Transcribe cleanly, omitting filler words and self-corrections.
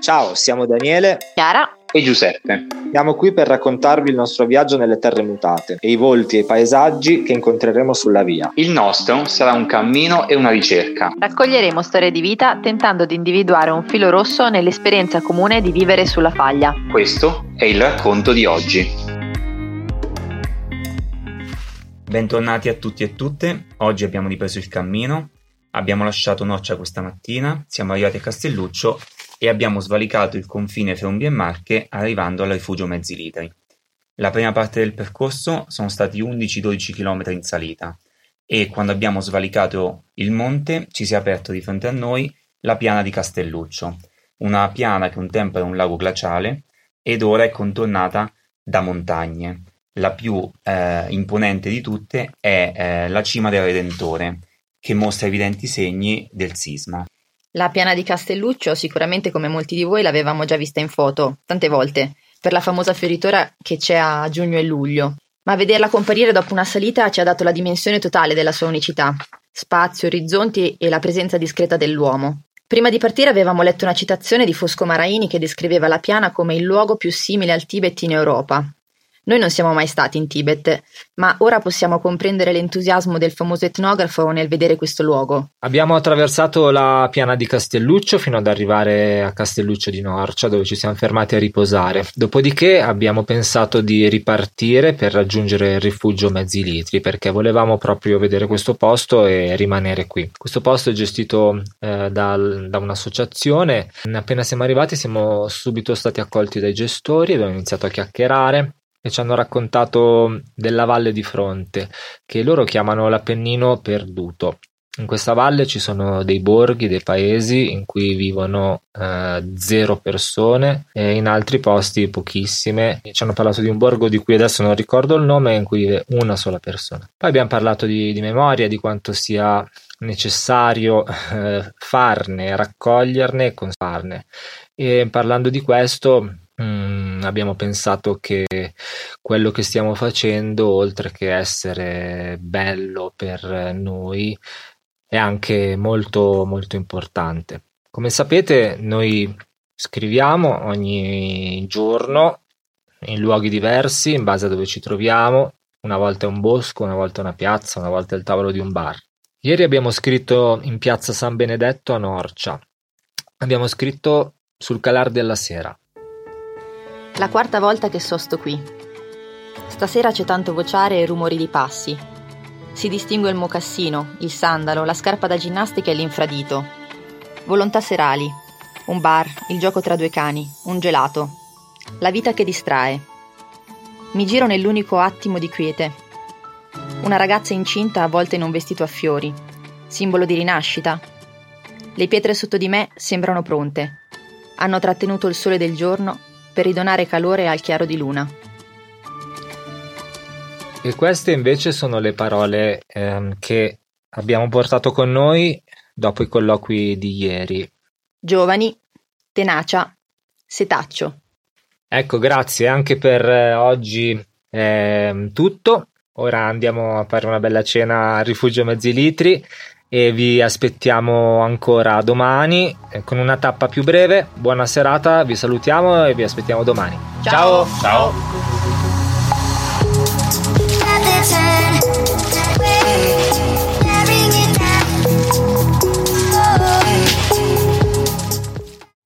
Ciao, siamo Daniele, Chiara e Giuseppe. Siamo qui per raccontarvi il nostro viaggio nelle terre mutate e i volti e i paesaggi che incontreremo sulla via. Il nostro sarà un cammino e una ricerca. Raccoglieremo storie di vita tentando di individuare un filo rosso nell'esperienza comune di vivere sulla faglia. Questo è il racconto di oggi. Bentornati a tutti e tutte, oggi abbiamo ripreso il cammino, abbiamo lasciato Noccia questa mattina, siamo arrivati a Castelluccio e abbiamo svalicato il confine fra Umbria e Marche arrivando al rifugio Mezzi Litri. La prima parte del percorso sono stati 11-12 km in salita e quando abbiamo svalicato il monte ci si è aperto di fronte a noi la piana di Castelluccio, una piana che un tempo era un lago glaciale ed ora è contornata da montagne. La più imponente di tutte è la cima del Redentore, che mostra evidenti segni del sisma. La piana di Castelluccio sicuramente come molti di voi l'avevamo già vista in foto, tante volte, per la famosa fioritura che c'è a giugno e luglio, ma vederla comparire dopo una salita ci ha dato la dimensione totale della sua unicità, spazio, orizzonti e la presenza discreta dell'uomo. Prima di partire avevamo letto una citazione di Fosco Maraini che descriveva la piana come il luogo più simile al Tibet in Europa. Noi non siamo mai stati in Tibet, ma ora possiamo comprendere l'entusiasmo del famoso etnografo nel vedere questo luogo. Abbiamo attraversato la piana di Castelluccio fino ad arrivare a Castelluccio di Norcia, dove ci siamo fermati a riposare. Dopodiché abbiamo pensato di ripartire per raggiungere il rifugio Mezzi Litri, perché volevamo proprio vedere questo posto e rimanere qui. Questo posto è gestito da un'associazione. Appena siamo arrivati siamo subito stati accolti dai gestori, abbiamo iniziato a chiacchierare e ci hanno raccontato della valle di fronte, che loro chiamano l'Appennino perduto. In questa valle ci sono dei borghi, dei paesi in cui vivono 0 persone e in altri posti pochissime. Ci hanno parlato di un borgo di cui adesso non ricordo il nome, in cui vive una sola persona. Poi abbiamo parlato di memoria, di quanto sia necessario farne, raccoglierne e conservarne. E parlando di questo abbiamo pensato che quello che stiamo facendo, oltre che essere bello per noi, è anche molto molto importante. Come sapete, noi scriviamo ogni giorno in luoghi diversi in base a dove ci troviamo. Una volta è un bosco, una volta è una piazza, una volta è il tavolo di un bar. Ieri abbiamo scritto in piazza San Benedetto a Norcia. Abbiamo scritto sul calar della sera. La 4ª volta che sosto qui. Stasera c'è tanto vociare e rumori di passi. Si distingue il mocassino, il sandalo, la scarpa da ginnastica e l'infradito. Volontà serali, un bar, il gioco tra 2 cani, un gelato. La vita che distrae. Mi giro nell'unico attimo di quiete. Una ragazza incinta avvolta in un vestito a fiori, simbolo di rinascita. Le pietre sotto di me sembrano pronte. Hanno trattenuto il sole del giorno per ridonare calore al chiaro di luna. E queste invece sono le parole che abbiamo portato con noi dopo i colloqui di ieri. Giovani, tenacia, setaccio. Ecco, grazie anche per oggi. Tutto. Ora andiamo a fare una bella cena al rifugio Mezzi Litri e vi aspettiamo ancora domani con una tappa più breve. Buona serata, vi salutiamo e vi aspettiamo domani. Ciao! Ciao!